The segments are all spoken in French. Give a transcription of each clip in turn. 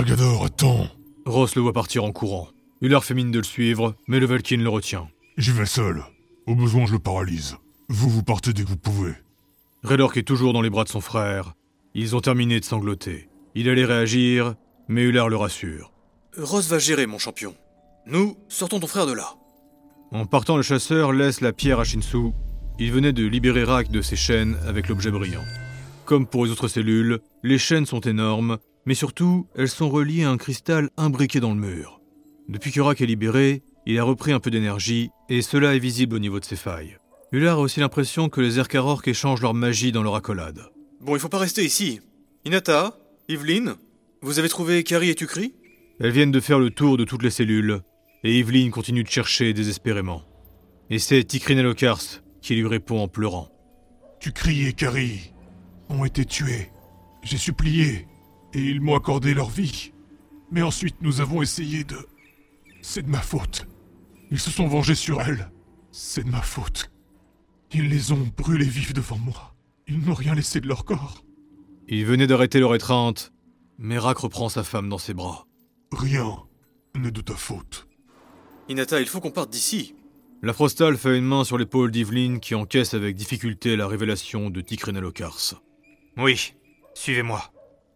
Ergador, attends. Ross le voit partir en courant. Ular fait mine de le suivre, mais le Valkyne le retient. J'y vais seul. Au besoin, je le paralyse. Vous partez dès que vous pouvez. Raylork est toujours dans les bras de son frère. Ils ont terminé de sangloter. Il allait réagir, mais Ular le rassure. Ross va gérer, mon champion. Nous, sortons ton frère de là. En partant, le chasseur laisse la pierre à Shinsu. Il venait de libérer Rak de ses chaînes avec l'objet brillant. Comme pour les autres cellules, les chaînes sont énormes, mais surtout, elles sont reliées à un cristal imbriqué dans le mur. Depuis que Rak est libéré, il a repris un peu d'énergie, et cela est visible au niveau de ses failles. Ular a aussi l'impression que les Erkarork échangent leur magie dans leur accolade. Bon, il faut pas rester ici. Hinata, Yveline, vous avez trouvé Kari et Tukri ? Elles viennent de faire le tour de toutes les cellules, et Yveline continue de chercher désespérément. Et c'est Tikrinalokars qui lui répond en pleurant. Tukri et Kari ont été tués. J'ai supplié, et ils m'ont accordé leur vie. Mais ensuite, nous avons essayé de... C'est de ma faute. Ils se sont vengés sur elles. C'est de ma faute. Ils les ont brûlés vifs devant moi. Ils n'ont rien laissé de leur corps. Il venait d'arrêter leur étreinte, mais Rak reprend sa femme dans ses bras. Rien n'est de ta faute. Hinata, il faut qu'on parte d'ici. La Frostal fait une main sur l'épaule d'Yveline qui encaisse avec difficulté la révélation de Tikrinalokars. Oui, suivez-moi.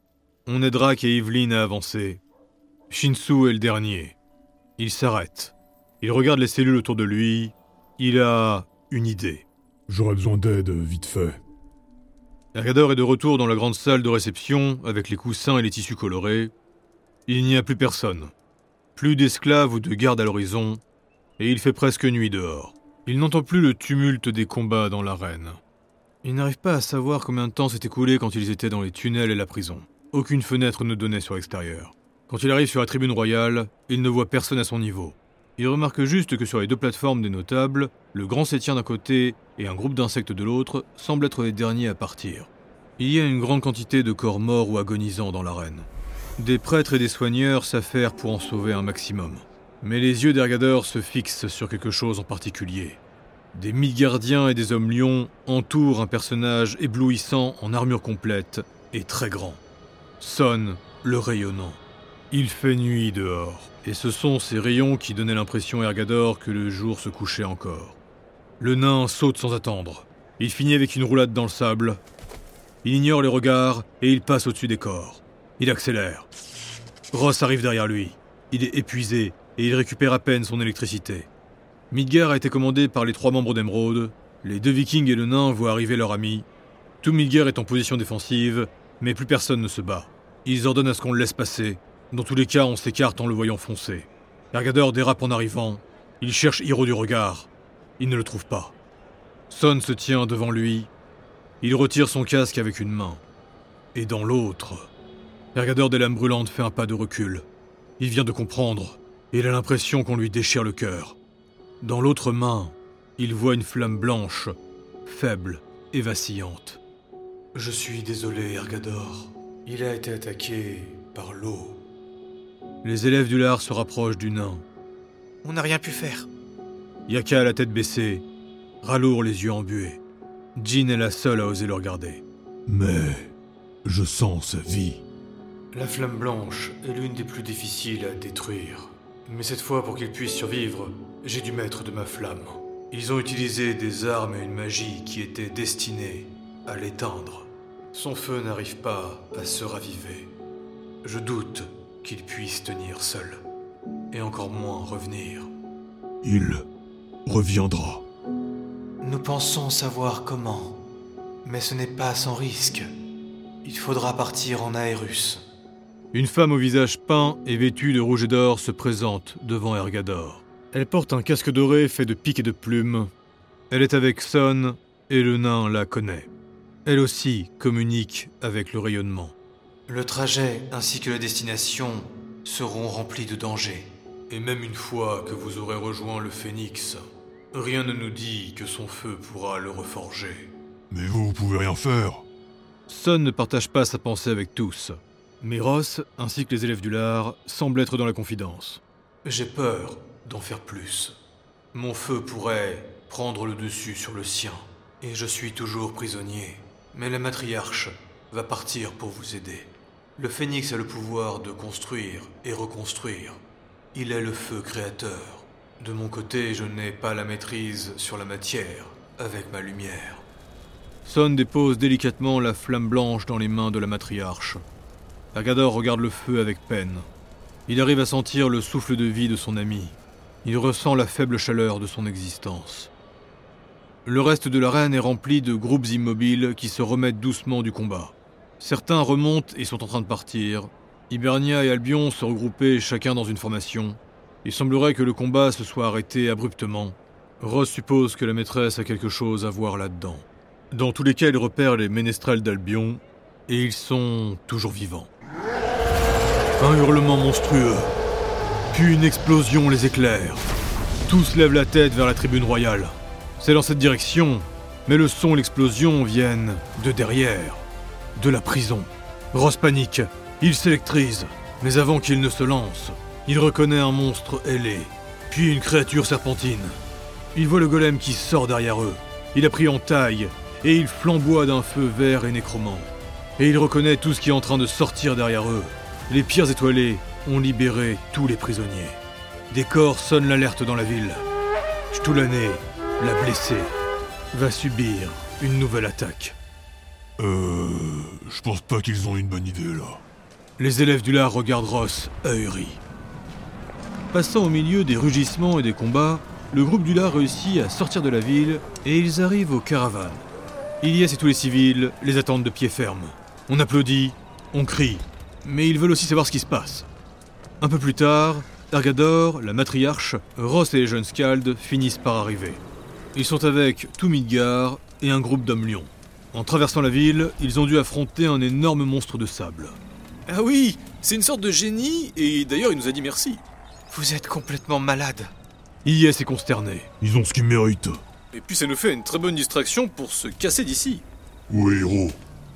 On aide Rak et Yveline à avancer. Shinsu est le dernier. Il s'arrête. Il regarde les cellules autour de lui. Il a une idée. J'aurais besoin d'aide, vite fait. Ergador est de retour dans la grande salle de réception avec les coussins et les tissus colorés. Il n'y a plus personne. Plus d'esclaves ou de gardes à l'horizon. Et il fait presque nuit dehors. Il n'entend plus le tumulte des combats dans l'arène. Il n'arrive pas à savoir combien de temps s'est écoulé quand ils étaient dans les tunnels et la prison. Aucune fenêtre ne donnait sur l'extérieur. Quand il arrive sur la tribune royale, il ne voit personne à son niveau. Il remarque juste que sur les deux plateformes des notables, le grand septien d'un côté et un groupe d'insectes de l'autre semblent être les derniers à partir. Il y a une grande quantité de corps morts ou agonisants dans l'arène. Des prêtres et des soigneurs s'affairent pour en sauver un maximum. Mais les yeux d'Ergador se fixent sur quelque chose en particulier. Des Midgardiens et des hommes lions entourent un personnage éblouissant en armure complète et très grand. Sonne le rayonnant. Il fait nuit dehors, et ce sont ces rayons qui donnaient l'impression à Ergador que le jour se couchait encore. Le nain saute sans attendre. Il finit avec une roulade dans le sable. Il ignore les regards et il passe au-dessus des corps. Il accélère. Ross arrive derrière lui. Il est épuisé et il récupère à peine son électricité. Midgard a été commandé par les 3 membres d'Emeraude. Les 2 vikings et le nain voient arriver leur ami. Tout Midgard est en position défensive, mais plus personne ne se bat. Ils ordonnent à ce qu'on le laisse passer. Dans tous les cas, on s'écarte en le voyant foncer. Ergador dérape en arrivant. Il cherche Hiro du regard. Il ne le trouve pas. Son se tient devant lui. Il retire son casque avec une main. Et dans l'autre... Ergador des lames brûlantes fait un pas de recul. Il vient de comprendre. Et il a l'impression qu'on lui déchire le cœur. Dans l'autre main, il voit une flamme blanche, faible et vacillante. « Je suis désolé, Ergador. Il a été attaqué par l'eau. » Les élèves du Lard se rapprochent du nain. On n'a rien pu faire. Yaka a la tête baissée, Ralour les yeux embués. Jean est la seule à oser le regarder. Mais je sens sa vie. La flamme blanche est l'une des plus difficiles à détruire. Mais cette fois, pour qu'il puisse survivre, j'ai dû mettre de ma flamme. Ils ont utilisé des armes et une magie qui étaient destinées à l'éteindre. Son feu n'arrive pas à se raviver. Je doute qu'il puisse tenir seul. Et encore moins revenir. Il reviendra. Nous pensons savoir comment. Mais ce n'est pas sans risque. Il faudra partir en Aerus. Une femme au visage peint et vêtue de rouge et d'or se présente devant Ergador. Elle porte un casque doré fait de piques et de plumes. Elle est avec Son et le nain la connaît. Elle aussi communique avec le rayonnement. Le trajet ainsi que la destination seront remplis de dangers. Et même une fois que vous aurez rejoint le Phénix, rien ne nous dit que son feu pourra le reforger. Mais vous pouvez rien faire. Son ne partage pas sa pensée avec tous. Mais Ross, ainsi que les élèves du Lard, semblent être dans la confidence. J'ai peur d'en faire plus. Mon feu pourrait prendre le dessus sur le sien. Et je suis toujours prisonnier. Mais la matriarche va partir pour vous aider. Le phénix a le pouvoir de construire et reconstruire. Il est le feu créateur. De mon côté, je n'ai pas la maîtrise sur la matière avec ma lumière. Son dépose délicatement la flamme blanche dans les mains de la matriarche. Ergador regarde le feu avec peine. Il arrive à sentir le souffle de vie de son ami. Il ressent la faible chaleur de son existence. Le reste de l'arène est rempli de groupes immobiles qui se remettent doucement du combat. Certains remontent et sont en train de partir. Hibernia et Albion se regroupaient chacun dans une formation. Il semblerait que le combat se soit arrêté abruptement. Ross suppose que la maîtresse a quelque chose à voir là-dedans. Dans tous les cas, il repère les ménestrels d'Albion, et ils sont toujours vivants. Un hurlement monstrueux, puis une explosion les éclaire. Tous lèvent la tête vers la tribune royale. C'est dans cette direction, mais le son et l'explosion viennent de derrière, de la prison. Ross panique, il s'électrise, mais avant qu'il ne se lance, il reconnaît un monstre ailé, puis une créature serpentine. Il voit le golem qui sort derrière eux. Il a pris en taille, et il flamboie d'un feu vert et nécromant. Et il reconnaît tout ce qui est en train de sortir derrière eux. Les pierres étoilées ont libéré tous les prisonniers. Des corps sonnent l'alerte dans la ville. Stulané, la blessée, va subir une nouvelle attaque. Je pense pas qu'ils ont une bonne idée, là. Les élèves du lard regardent Ross, ahuris. Passant au milieu des rugissements et des combats, le groupe du lard réussit à sortir de la ville et ils arrivent aux caravanes. Ilyes et tous les civils les attendent de pied ferme. On applaudit, on crie, mais ils veulent aussi savoir ce qui se passe. Un peu plus tard, Ergador, la matriarche, Ross et les jeunes Skalds finissent par arriver. Ils sont avec tout Midgard et un groupe d'hommes lions. En traversant la ville, ils ont dû affronter un énorme monstre de sable. Ah oui, c'est une sorte de génie, et d'ailleurs il nous a dit merci. Vous êtes complètement malade. Ilyes est consterné. Ils ont ce qu'ils méritent. Et puis ça nous fait une très bonne distraction pour se casser d'ici. Ouais, héros.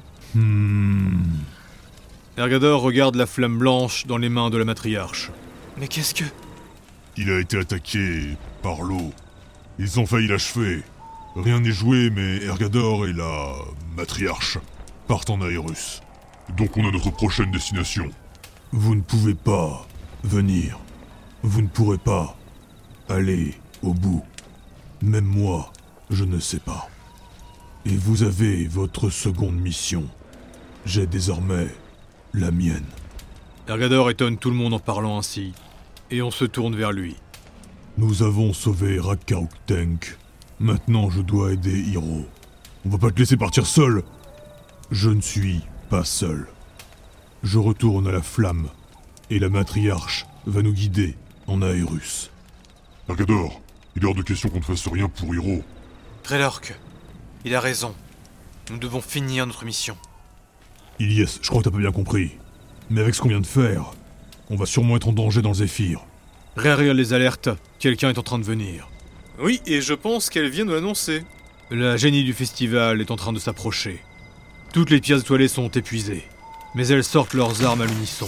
Ergador regarde la flamme blanche dans les mains de la matriarche. Mais qu'est-ce que... Il a été attaqué par l'eau. Ils ont failli l'achever. Rien n'est joué, mais Ergador et la matriarche partent en Aerus. Donc on a notre prochaine destination. Vous ne pouvez pas venir. Vous ne pourrez pas aller au bout. Même moi, je ne sais pas. Et vous avez votre seconde mission. J'ai désormais la mienne. Ergador étonne tout le monde en parlant ainsi, et on se tourne vers lui. Nous avons sauvé Rakaruktenk. Maintenant, je dois aider Hiro. On va pas te laisser partir seul. Je ne suis pas seul. Je retourne à la flamme, et la matriarche va nous guider en Aerus. Ergador, il est hors de question qu'on ne fasse rien pour Hiro. Grelork, il a raison. Nous devons finir notre mission. Ilyes, je crois que t'as pas bien compris. Mais avec ce qu'on vient de faire, on va sûrement être en danger dans le Zéphyr. Réarrière les alertes, quelqu'un est en train de venir. Oui, et je pense qu'elle vient de l'annoncer. La génie du festival est en train de s'approcher. Toutes les pierres étoilées sont épuisées, mais elles sortent leurs armes à l'unisson.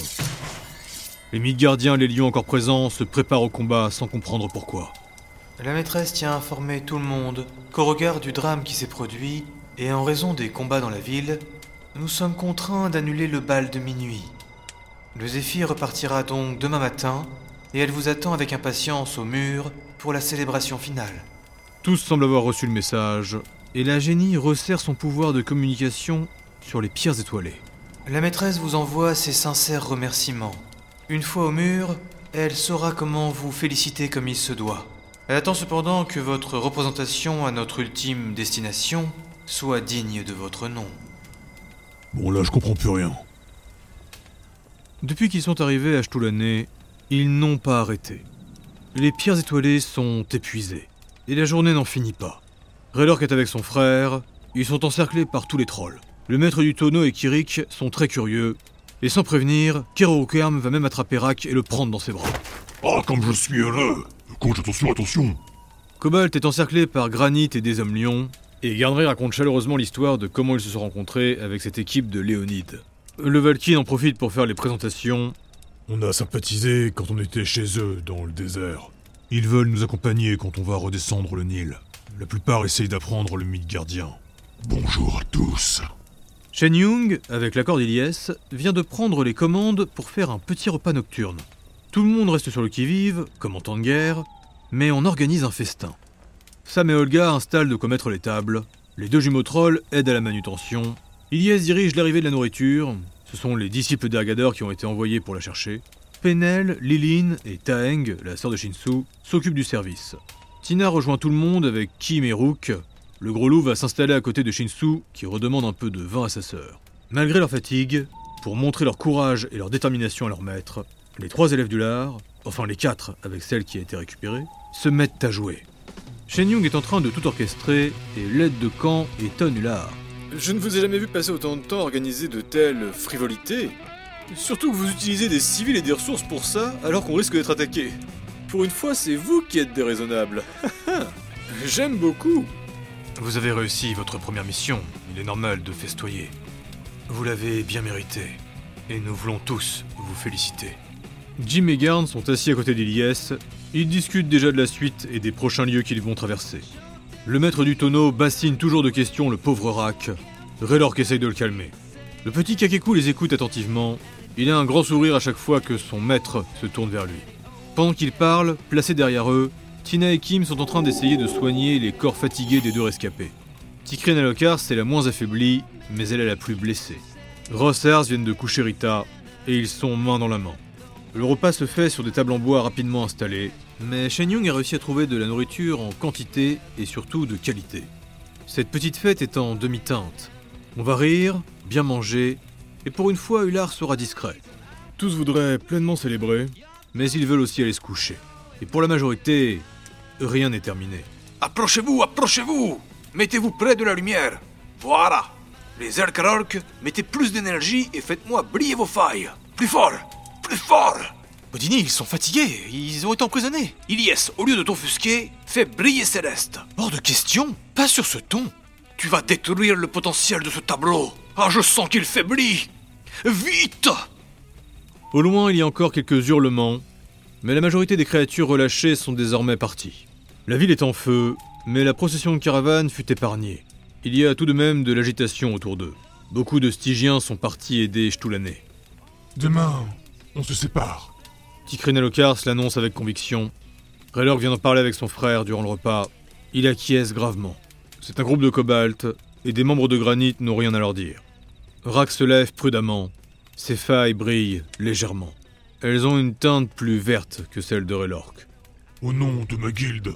Les Midgardiens et les lions encore présents se préparent au combat sans comprendre pourquoi. La maîtresse tient à informer tout le monde qu'au regard du drame qui s'est produit, et en raison des combats dans la ville, nous sommes contraints d'annuler le bal de minuit. Le Zéphyr repartira donc demain matin, et elle vous attend avec impatience au mur pour la célébration finale. Tous semblent avoir reçu le message, et la génie resserre son pouvoir de communication sur les pierres étoilées. La maîtresse vous envoie ses sincères remerciements. Une fois au mur, elle saura comment vous féliciter comme il se doit. Elle attend cependant que votre représentation à notre ultime destination soit digne de votre nom. Bon là, je comprends plus rien. Depuis qu'ils sont arrivés à Stulané, ils n'ont pas arrêté. Les pierres étoilées sont épuisées, et la journée n'en finit pas. Grelork est avec son frère, ils sont encerclés par tous les trolls. Le maître du tonneau et Kirik sont très curieux, et sans prévenir, Kerokerm va même attraper Rak et le prendre dans ses bras. Ah, comme je suis heureux. Coach, attention, attention. Cobalt est encerclé par Granit et des hommes lions, et Gardry raconte chaleureusement l'histoire de comment ils se sont rencontrés avec cette équipe de Léonides. Le Valkyne en profite pour faire les présentations. On a sympathisé quand on était chez eux, dans le désert. Ils veulent nous accompagner quand on va redescendre le Nil. La plupart essayent d'apprendre le Midgardien. Bonjour à tous. Shen Yung, avec l'accord d'Ilyes, vient de prendre les commandes pour faire un petit repas nocturne. Tout le monde reste sur le qui-vive, comme en temps de guerre, mais on organise un festin. Sam et Olga installent de quoi mettre les tables, les 2 jumeaux trolls aident à la manutention, Ilyes dirige l'arrivée de la nourriture, ce sont les disciples d'Ergador qui ont été envoyés pour la chercher. Penel, Lilin et Taeng, la sœur de Shinsu, s'occupent du service. Tina rejoint tout le monde avec Kim et Rook. Le gros loup va s'installer à côté de Shinsu, qui redemande un peu de vin à sa sœur. Malgré leur fatigue, pour montrer leur courage et leur détermination à leur maître, les 3 élèves du lard, enfin les 4 avec celle qui a été récupérée, se mettent à jouer. Shen Yung est en train de tout orchestrer et l'aide de camp étonne Ular. Je ne vous ai jamais vu passer autant de temps à organiser de telles frivolités. Surtout que vous utilisez des civils et des ressources pour ça, alors qu'on risque d'être attaqué. Pour une fois, c'est vous qui êtes déraisonnable. J'aime beaucoup. Vous avez réussi votre première mission, il est normal de festoyer. Vous l'avez bien mérité, et nous voulons tous vous féliciter. Jim et Garn sont assis à côté d'Ilyes. Ils discutent déjà de la suite et des prochains lieux qu'ils vont traverser. Le maître du tonneau bassine toujours de questions le pauvre Rak. Raylork essaye de le calmer. Le petit Kakeku les écoute attentivement. Il a un grand sourire à chaque fois que son maître se tourne vers lui. Pendant qu'il parle, placés derrière eux, Tina et Kim sont en train d'essayer de soigner les corps fatigués des 2 rescapés. Tikrin Alokars est la moins affaiblie, mais elle est la plus blessée. Ross et Ars viennent de coucher Rita, et ils sont main dans la main. Le repas se fait sur des tables en bois rapidement installées, mais Shen Yung a réussi à trouver de la nourriture en quantité et surtout de qualité. Cette petite fête est en demi-teinte. On va rire, bien manger, et pour une fois Ular sera discret. Tous voudraient pleinement célébrer, mais ils veulent aussi aller se coucher. Et pour la majorité, rien n'est terminé. Approchez-vous, approchez-vous! Mettez-vous près de la lumière. Voilà! Les Elkarork, mettez plus d'énergie et faites-moi briller vos failles. Plus fort! Plus fort! Odini, ils sont fatigués, ils ont été emprisonnés. Ilyes, au lieu de t'offusquer, fais briller Céleste. Hors de question, pas sur ce ton. Tu vas détruire le potentiel de ce tableau. Ah, je sens qu'il faiblit. Vite! Au loin, il y a encore quelques hurlements, mais la majorité des créatures relâchées sont désormais parties. La ville est en feu, mais la procession de caravane fut épargnée. Il y a tout de même de l'agitation autour d'eux. Beaucoup de Stygiens sont partis aider Chtoulanais. Demain, on se sépare. Tikrin Alokars l'annonce avec conviction. Raylork vient d'en parler avec son frère durant le repas. Il acquiesce gravement. C'est un groupe de Cobalt, et des membres de Granit n'ont rien à leur dire. Rak se lève prudemment. Ses failles brillent légèrement. Elles ont une teinte plus verte que celle de Raylork. Au nom de ma guilde,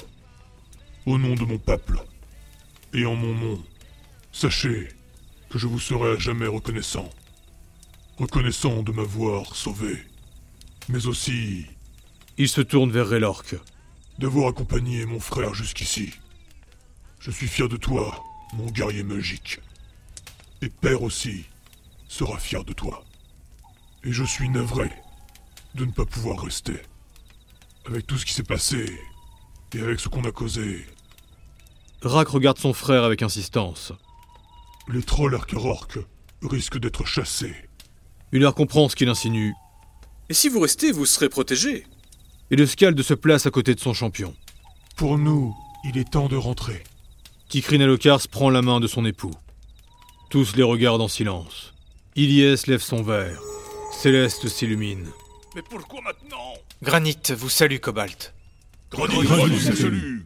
au nom de mon peuple, et en mon nom, sachez que je vous serai à jamais reconnaissant. Reconnaissant de m'avoir sauvé, mais aussi Il se tourne vers Raylork. d'avoir accompagné mon frère jusqu'ici. Je suis fier de toi, mon guerrier magique. Et Père aussi sera fier de toi. Et je suis navré de ne pas pouvoir rester. Avec tout ce qui s'est passé, et avec ce qu'on a causé, Rak regarde son frère avec insistance. les trolls Elkarork risquent d'être chassés. Ular comprend ce qu'il insinue, Et si vous restez, vous serez protégé. et le Skald se place à côté de son champion. Pour nous, il est temps de rentrer. Tikrin Alokars prend la main de son époux. Tous les regardent en silence. Ilyes lève son verre. Céleste s'illumine. Mais pourquoi maintenant? Granit vous salue, Cobalt. Salut.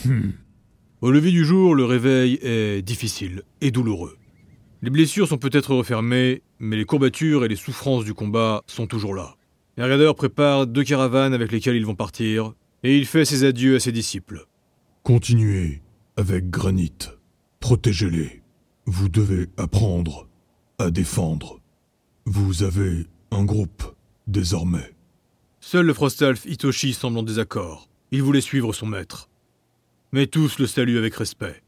Au lever du jour, le réveil est difficile et douloureux. Les blessures sont peut-être refermées, mais les courbatures et les souffrances du combat sont toujours là. Ergador prépare 2 caravanes avec lesquelles ils vont partir, et il fait ses adieux à ses disciples. Continuez avec Granit. Protégez-les. Vous devez apprendre à défendre. Vous avez un groupe, désormais. Seul le Frostalf Hitoshi semble en désaccord. Il voulait suivre son maître. Mais tous le saluent avec respect.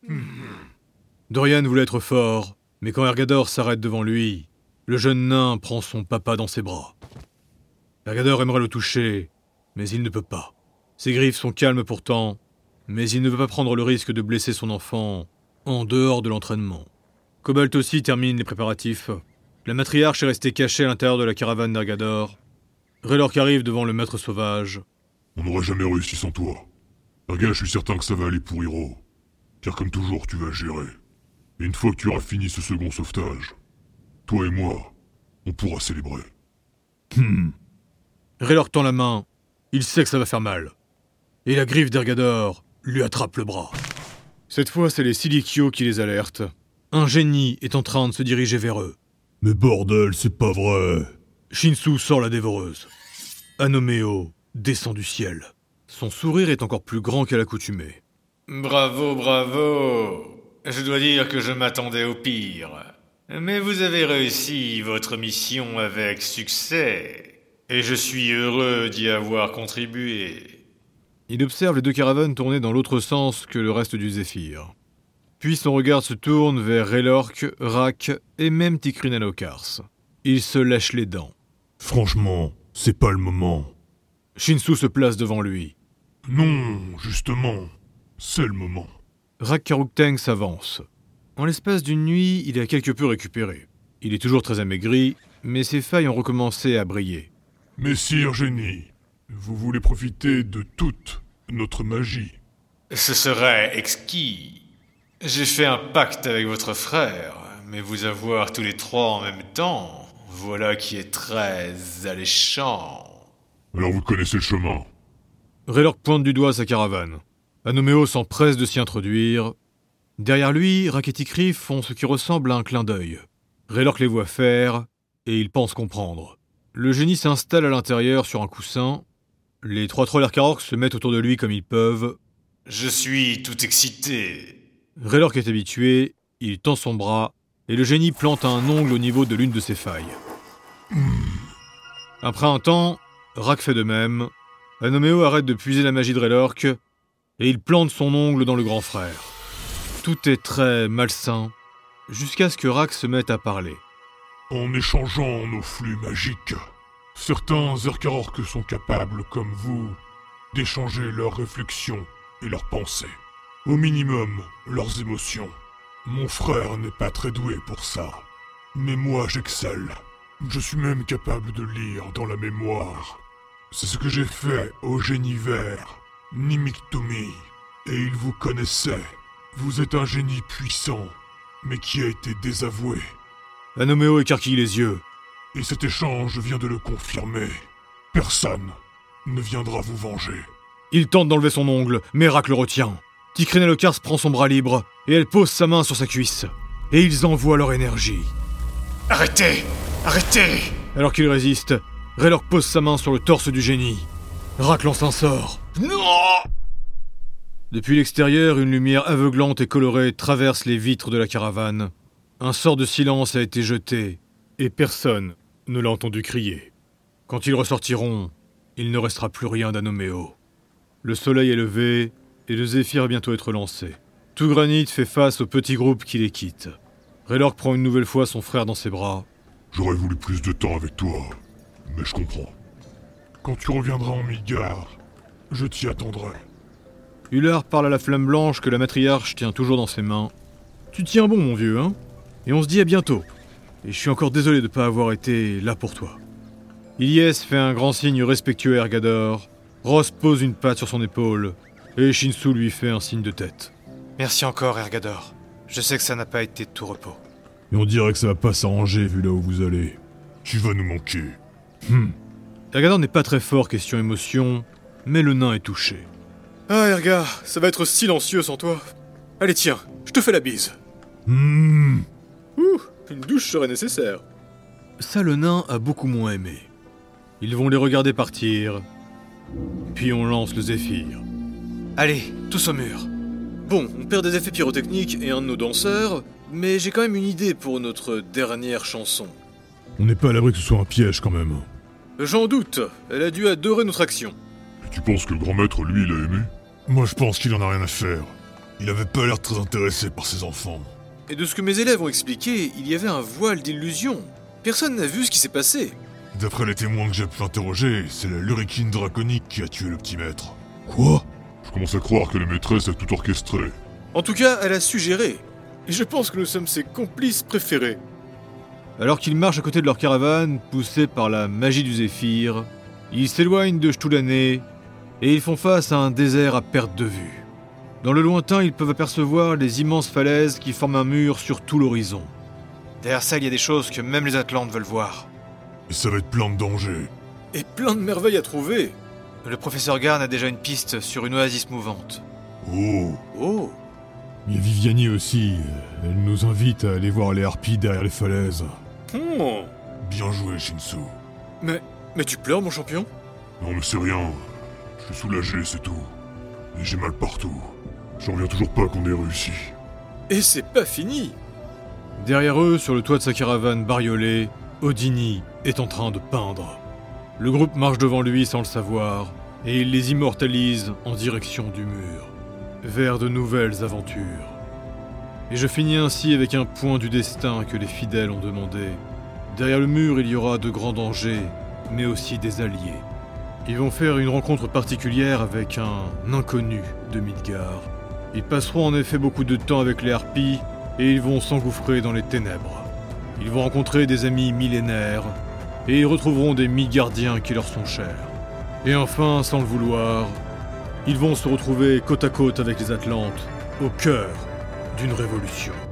Dorian voulait être fort, mais quand Ergador s'arrête devant lui, le jeune nain prend son papa dans ses bras. Ergador aimerait le toucher, mais il ne peut pas. Ses griffes sont calmes pourtant, mais il ne veut pas prendre le risque de blesser son enfant en dehors de l'entraînement. Cobalt aussi termine les préparatifs. La matriarche est restée cachée à l'intérieur de la caravane d'Ergador. Raylork arrive devant le maître sauvage. On n'aurait jamais réussi sans toi. Erga, je suis certain que ça va aller pour Hiro. Car comme toujours, tu vas gérer. Et une fois que tu auras fini ce second sauvetage, toi et moi, on pourra célébrer. Raylork tend la main. Il sait que ça va faire mal. Et la griffe d'Ergador lui attrape le bras. Cette fois, c'est les Silikios qui les alertent. Un génie est en train de se diriger vers eux. Mais bordel, c'est pas vrai. Shinsu sort la dévoreuse. Anomeo descend du ciel. Son sourire est encore plus grand qu'à l'accoutumée. Bravo, bravo. Je dois dire que je m'attendais au pire. Mais vous avez réussi votre mission avec succès. Et je suis heureux d'y avoir contribué. Il observe les deux caravanes tourner dans l'autre sens que le reste du Zéphyr. Puis son regard se tourne vers Raylork, Rak et même Tikrinalokars. Il se lèche les dents. Franchement, c'est pas le moment. Shinsu se place devant lui. Non, justement, c'est le moment. Rak Karukteng s'avance. En l'espace d'une nuit, il a quelque peu récupéré. Il est toujours très amaigri, mais ses failles ont recommencé à briller. Messire Génie, vous voulez profiter de toute notre magie. Ce serait exquis. J'ai fait un pacte avec votre frère, mais vous avoir tous les trois en même temps, voilà qui est très alléchant. Alors vous connaissez le chemin. Raylork pointe du doigt sa caravane. Anomeo s'empresse de s'y introduire. Derrière lui, Rak et Tikri font ce qui ressemble à un clin d'œil. Raylork les voit faire, et il pense comprendre. Le génie s'installe à l'intérieur sur un coussin. Les trois trolls Erkarork se mettent autour de lui comme ils peuvent. Je suis tout excité. Raylork est habitué, il tend son bras, et le génie plante un ongle au niveau de l'une de ses failles. Après un temps, Rak fait de même. Anomeo arrête de puiser la magie de Raylork, et il plante son ongle dans le grand frère. Tout est très malsain, jusqu'à ce que Rak se mette à parler. En échangeant nos flux magiques, certains Erkarork sont capables, comme vous, d'échanger leurs réflexions et leurs pensées. Au minimum, leurs émotions. Mon frère n'est pas très doué pour ça. Mais moi, j'excelle. Je suis même capable de lire dans la mémoire. C'est ce que j'ai fait au génie vert, Nimictumi. Et il vous connaissait. Vous êtes un génie puissant, mais qui a été désavoué. Anomeo écarquille les yeux. Et cet échange vient de le confirmer. Personne ne viendra vous venger. Il tente d'enlever son ongle, mais Rak le retient. Tikrinalokars prend son bras libre, et elle pose sa main sur sa cuisse. Et ils envoient leur énergie. Arrêtez! Arrêtez! Alors qu'il résiste, Raylork pose sa main sur le torse du génie. Rak lance un sort. Non! Depuis l'extérieur, une lumière aveuglante et colorée traverse les vitres de la caravane. Un sort de silence a été jeté, et personne ne l'a entendu crier. Quand ils ressortiront, il ne restera plus rien d'Anomeo. Le soleil est levé, et le Zéphyr va bientôt être lancé. Tout Granit fait face au petit groupe qui les quitte. Raylork prend une nouvelle fois son frère dans ses bras. J'aurais voulu plus de temps avec toi, mais je comprends. Quand tu reviendras en Midgard, je t'y attendrai. Ular parle à la flamme blanche que la matriarche tient toujours dans ses mains. Tu tiens bon, mon vieux, hein? Et on se dit à bientôt. Et je suis encore désolé de ne pas avoir été là pour toi. Ilyes fait un grand signe respectueux à Ergador. Ross pose une patte sur son épaule. Et Shinsu lui fait un signe de tête. Merci encore, Ergador. Je sais que ça n'a pas été de tout repos. Et on dirait que ça va pas s'arranger vu là où vous allez. Tu vas nous manquer. Ergador n'est pas très fort question émotion, mais le nain est touché. Ah, Erga, ça va être silencieux sans toi. Allez, tiens, je te fais la bise. Ouh, une douche serait nécessaire. Ça, le nain a beaucoup moins aimé. Ils vont les regarder partir, puis on lance le Zéphyr. Allez, tous au mur. Bon, on perd des effets pyrotechniques et un de nos danseurs, mais j'ai quand même une idée pour notre dernière chanson. On n'est pas à l'abri que ce soit un piège quand même. J'en doute, elle a dû adorer notre action. Et tu penses que le grand maître, lui, il a aimé? Moi, je pense qu'il en a rien à faire. Il avait pas l'air très intéressé par ses enfants. Et de ce que mes élèves ont expliqué, il y avait un voile d'illusion. Personne n'a vu ce qui s'est passé. D'après les témoins que j'ai pu interroger, c'est la lurikine draconique qui a tué le petit maître. Quoi? Je commence à croire que la maîtresse a tout orchestré. En tout cas, elle a suggéré. Et je pense que nous sommes ses complices préférés. Alors qu'ils marchent à côté de leur caravane, poussés par la magie du Zéphyr, ils s'éloignent de Chtoudané et ils font face à un désert à perte de vue. Dans le lointain, ils peuvent apercevoir les immenses falaises qui forment un mur sur tout l'horizon. Derrière ça, il y a des choses que même les Atlantes veulent voir. Et ça va être plein de dangers. Et plein de merveilles à trouver. Le professeur Garn a déjà une piste sur une oasis mouvante. Oh. Oh. Il y a Viviani aussi. Elle nous invite à aller voir les harpies derrière les falaises. Oh. Bien joué, Shinsu. Mais tu pleures, mon champion? Non mais c'est rien. Je suis soulagé, c'est tout. Et j'ai mal partout. J'en reviens toujours pas qu'on ait réussi. Et c'est pas fini. Derrière eux, sur le toit de sa caravane bariolée, Odini est en train de peindre. Le groupe marche devant lui sans le savoir, et il les immortalise en direction du mur, vers de nouvelles aventures. Et je finis ainsi avec un point du destin que les fidèles ont demandé. Derrière le mur, il y aura de grands dangers, mais aussi des alliés. Ils vont faire une rencontre particulière avec un inconnu de Midgard. Ils passeront en effet beaucoup de temps avec les harpies, et ils vont s'engouffrer dans les ténèbres. Ils vont rencontrer des amis millénaires, et ils retrouveront des Midgardiens qui leur sont chers. Et enfin, sans le vouloir, ils vont se retrouver côte à côte avec les Atlantes, au cœur d'une révolution.